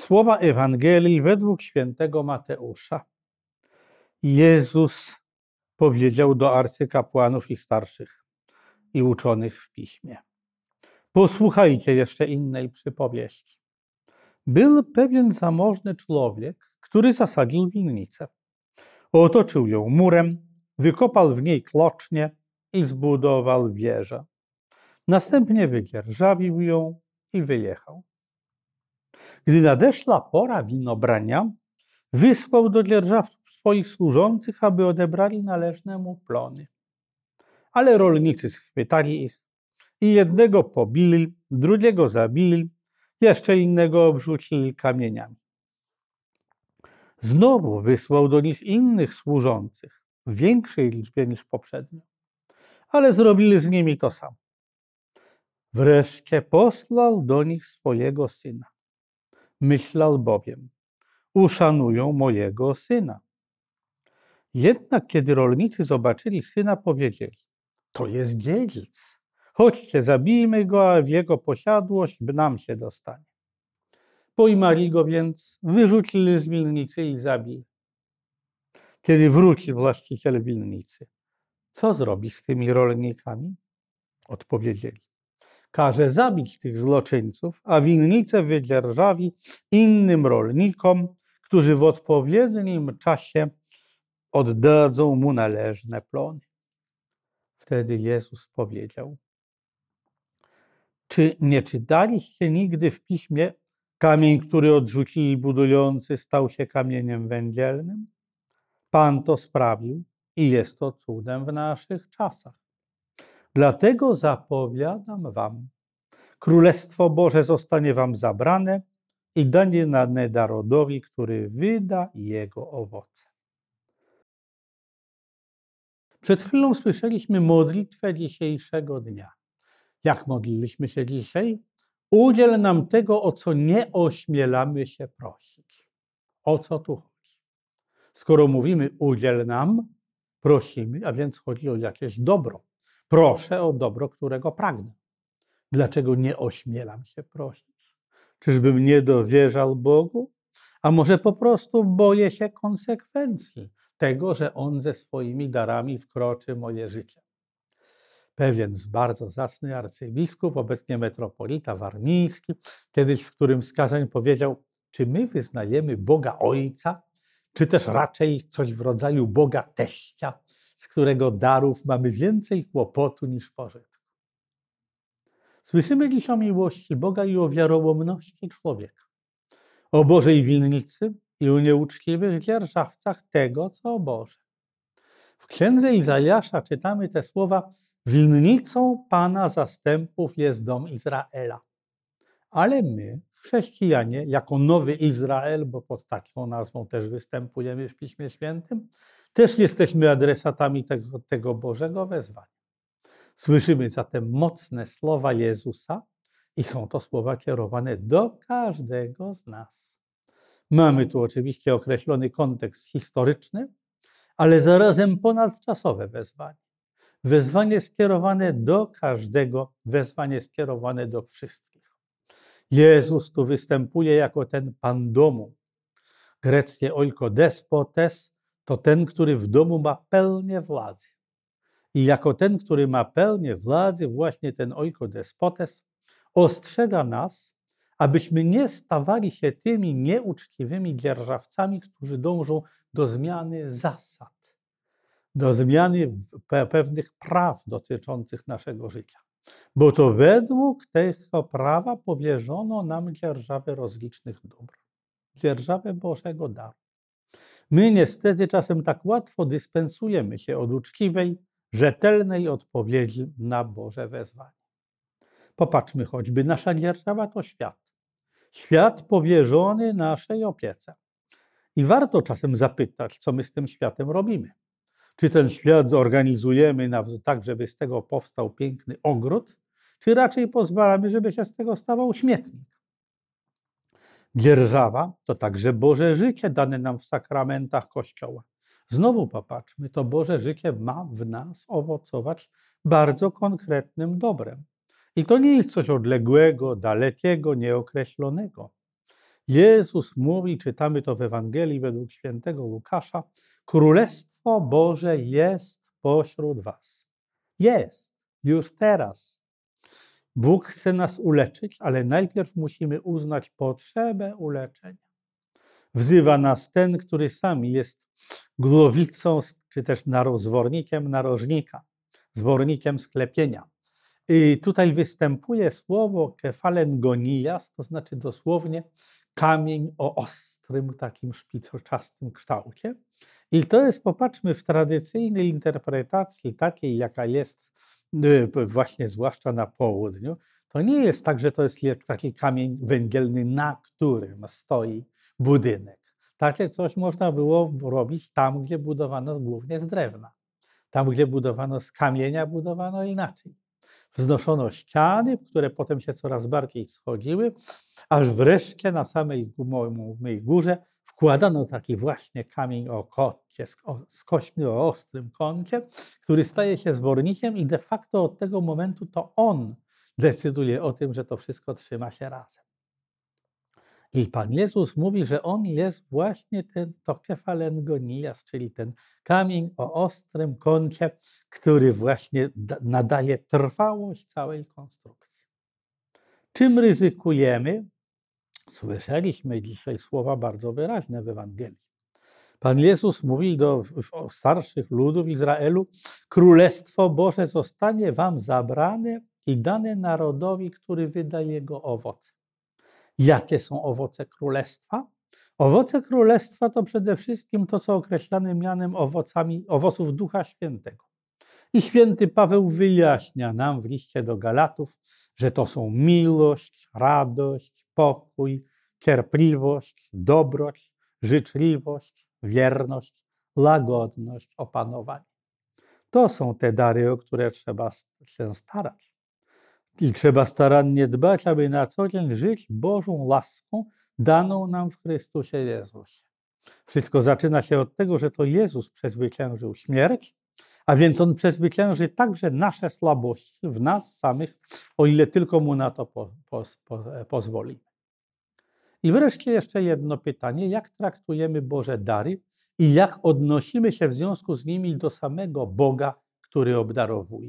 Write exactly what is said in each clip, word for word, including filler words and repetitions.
Słowa Ewangelii według świętego Mateusza. Jezus powiedział do arcykapłanów i starszych i uczonych w piśmie: posłuchajcie jeszcze innej przypowieści. Był pewien zamożny człowiek, który zasadził winnicę. Otoczył ją murem, wykopał w niej klocznie i zbudował wieżę. Następnie wydzierżawił ją i wyjechał. Gdy nadeszła pora winobrania, wysłał do dzierżawców swoich służących, aby odebrali należne mu plony. Ale rolnicy schwytali ich i jednego pobili, drugiego zabili, jeszcze innego obrzucili kamieniami. Znowu wysłał do nich innych służących, w większej liczbie niż poprzednio, ale zrobili z nimi to samo. Wreszcie posłał do nich swojego syna. Myślał bowiem: uszanują mojego syna. Jednak kiedy rolnicy zobaczyli syna, powiedzieli: to jest dziedzic. Chodźcie, zabijmy go, a w jego posiadłość nam się dostanie. Pojmali go więc, wyrzucili z winnicy i zabili. Kiedy wróci właściciel winnicy, co zrobi z tymi rolnikami? Odpowiedzieli: każe zabić tych zloczyńców, a winnicę wydzierżawi innym rolnikom, którzy w odpowiednim czasie oddadzą mu należne plony. Wtedy Jezus powiedział: czy nie czytaliście nigdy w piśmie: kamień, który odrzucili budujący, stał się kamieniem węgielnym? Pan to sprawił i jest to cudem w naszych czasach. Dlatego zapowiadam wam: Królestwo Boże zostanie wam zabrane i dane narodowi, który wyda jego owoce. Przed chwilą słyszeliśmy modlitwę dzisiejszego dnia. Jak modliliśmy się dzisiaj? Udziel nam tego, o co nie ośmielamy się prosić. O co tu chodzi? Skoro mówimy udziel nam, prosimy, a więc chodzi o jakieś dobro. Proszę o dobro, którego pragnę. Dlaczego nie ośmielam się prosić? Czyżbym nie dowierzał Bogu? A może po prostu boję się konsekwencji tego, że On ze swoimi darami wkroczy w moje życie? Pewien bardzo zacny arcybiskup, obecnie metropolita warmiński, kiedyś w którymś z kazań powiedział: czy my wyznajemy Boga Ojca, czy też raczej coś w rodzaju Boga Teścia, z którego darów mamy więcej kłopotu niż pożytku? Słyszymy dziś o miłości Boga i o wiarołomności człowieka, o Bożej winnicy i o nieuczciwych dzierżawcach tego, co Boże. W księdze Izajasza czytamy te słowa: winnicą Pana zastępów jest dom Izraela. Ale my, chrześcijanie, jako nowy Izrael, bo pod taką nazwą też występujemy w Piśmie Świętym, też jesteśmy adresatami tego, tego Bożego wezwania. Słyszymy zatem mocne słowa Jezusa i są to słowa kierowane do każdego z nas. Mamy tu oczywiście określony kontekst historyczny, ale zarazem ponadczasowe wezwanie. Wezwanie skierowane do każdego, wezwanie skierowane do wszystkich. Jezus tu występuje jako ten Pan domu. Greckie oikodespotes to ten, który w domu ma pełnię władzy. I jako ten, który ma pełnię władzy, właśnie ten oikodespotes ostrzega nas, abyśmy nie stawali się tymi nieuczciwymi dzierżawcami, którzy dążą do zmiany zasad, do zmiany pewnych praw dotyczących naszego życia. Bo to według tego prawa powierzono nam dzierżawę rozlicznych dóbr, dzierżawę Bożego daru. My niestety czasem tak łatwo dyspensujemy się od uczciwej, rzetelnej odpowiedzi na Boże wezwanie. Popatrzmy choćby, nasza dzierżawa to świat. Świat powierzony naszej opiece. I warto czasem zapytać, co my z tym światem robimy. Czy ten świat zorganizujemy tak, żeby z tego powstał piękny ogród, czy raczej pozwalamy, żeby się z tego stawał śmietnik? Dzierżawa to także Boże życie dane nam w sakramentach Kościoła. Znowu popatrzmy, to Boże życie ma w nas owocować bardzo konkretnym dobrem. I to nie jest coś odległego, dalekiego, nieokreślonego. Jezus mówi, czytamy to w Ewangelii według świętego Łukasza, Królestwo Boże jest pośród was. Jest, już teraz. Bóg chce nas uleczyć, ale najpierw musimy uznać potrzebę uleczenia. Wzywa nas ten, który sam jest głowicą, czy też zwornikiem narożnika, zwornikiem sklepienia. I tutaj występuje słowo kefalengonias, to znaczy dosłownie kamień o ostrym, takim szpicoczastym kształcie. I to jest, popatrzmy, w tradycyjnej interpretacji, takiej jaka jest właśnie zwłaszcza na południu, to nie jest tak, że to jest taki kamień węgielny, na którym stoi budynek. Takie coś można było robić tam, gdzie budowano głównie z drewna. Tam, gdzie budowano z kamienia, budowano inaczej. Wznoszono ściany, które potem się coraz bardziej schodziły, aż wreszcie na samej górze wkładano taki właśnie kamień o kącie, skośny o ostrym kącie, który staje się zwornikiem i de facto od tego momentu to on decyduje o tym, że to wszystko trzyma się razem. I Pan Jezus mówi, że On jest właśnie ten to kefalengonias, czyli ten kamień o ostrym kącie, który właśnie nadaje trwałość całej konstrukcji. Czym ryzykujemy? Słyszeliśmy dzisiaj słowa bardzo wyraźne w Ewangelii. Pan Jezus mówi do starszych ludów Izraelu, Królestwo Boże zostanie wam zabrane i dane narodowi, który wyda jego owoce. Jakie są owoce królestwa? Owoce królestwa to przede wszystkim to, co określane mianem owocami, owoców Ducha Świętego. I święty Paweł wyjaśnia nam w liście do Galatów, że to są miłość, radość, pokój, cierpliwość, dobroć, życzliwość, wierność, łagodność, opanowanie. To są te dary, o które trzeba się starać. I trzeba starannie dbać, aby na co dzień żyć Bożą łaską daną nam w Chrystusie Jezusie. Wszystko zaczyna się od tego, że to Jezus przezwyciężył śmierć, a więc On przezwycięży także nasze słabości w nas samych, o ile tylko Mu na to po, po, po, pozwolimy. I wreszcie jeszcze jedno pytanie, jak traktujemy Boże dary i jak odnosimy się w związku z nimi do samego Boga, który obdarowuje.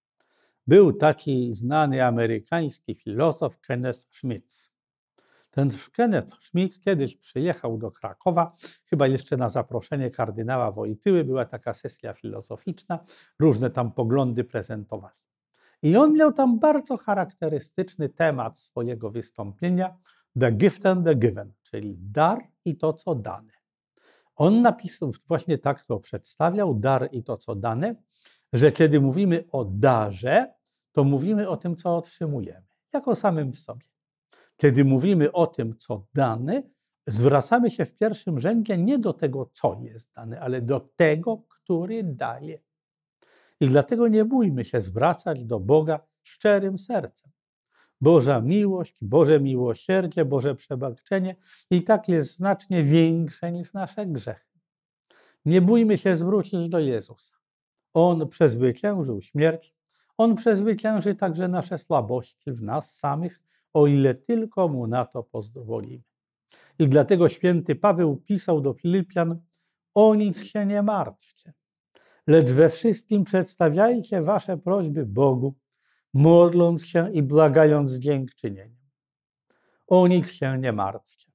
Był taki znany amerykański filozof Kenneth Schmitz. Ten Kenneth Schmitz kiedyś przyjechał do Krakowa, chyba jeszcze na zaproszenie kardynała Wojtyły, była taka sesja filozoficzna, różne tam poglądy prezentowali. I on miał tam bardzo charakterystyczny temat swojego wystąpienia, The Gift and the Given, czyli dar i to, co dane. On napisał, właśnie tak to przedstawiał, dar i to, co dane, że kiedy mówimy o darze, to mówimy o tym, co otrzymujemy, jako samym w sobie. Kiedy mówimy o tym, co dane, zwracamy się w pierwszym rzędzie nie do tego, co jest dane, ale do tego, który daje. I dlatego nie bójmy się zwracać do Boga szczerym sercem. Boża miłość, Boże miłosierdzie, Boże przebaczenie i tak jest znacznie większe niż nasze grzechy. Nie bójmy się zwrócić do Jezusa. On przezwyciężył śmierć, On przezwycięży także nasze słabości w nas samych, o ile tylko Mu na to pozwolimy. I dlatego święty Paweł pisał do Filipian, o nic się nie martwcie, lecz we wszystkim przedstawiajcie wasze prośby Bogu, modląc się i błagając z dziękczynieniem. O nic się nie martwcie.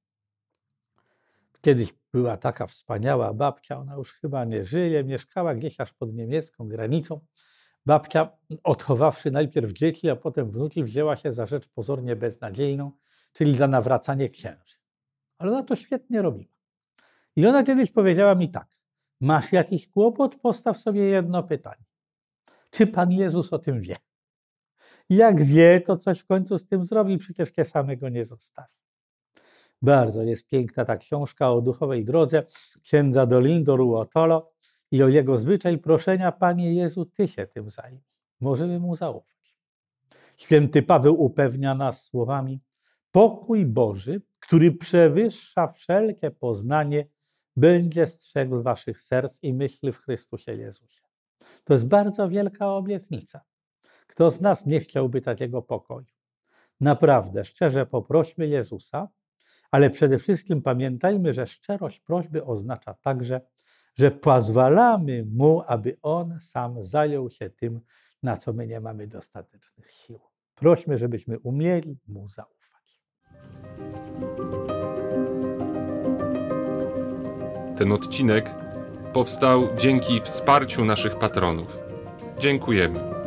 Kiedyś była taka wspaniała babcia, ona już chyba nie żyje, mieszkała gdzieś aż pod niemiecką granicą. Babcia, odchowawszy najpierw dzieci, a potem wnuki, wzięła się za rzecz pozornie beznadziejną, czyli za nawracanie księży. Ale ona to świetnie robiła. I ona kiedyś powiedziała mi tak, masz jakiś kłopot? Postaw sobie jedno pytanie. Czy Pan Jezus o tym wie? Jak wie, to coś w końcu z tym zrobi, przecież cię samego nie zostawi. Bardzo jest piękna ta książka o duchowej drodze księdza Dolindo Ruotolo i o jego zwyczaj proszenia, Panie Jezu, Ty się tym zajmij. Możemy Mu zaufać. Święty Paweł upewnia nas słowami, pokój Boży, który przewyższa wszelkie poznanie, będzie strzegł waszych serc i myśli w Chrystusie Jezusie. To jest bardzo wielka obietnica. Kto z nas nie chciałby takiego pokoju? Naprawdę, szczerze poprośmy Jezusa, Ale przede wszystkim pamiętajmy, że szczerość prośby oznacza także, że pozwalamy Mu, aby On sam zajął się tym, na co my nie mamy dostatecznych sił. Prośmy, żebyśmy umieli Mu zaufać. Ten odcinek powstał dzięki wsparciu naszych patronów. Dziękujemy.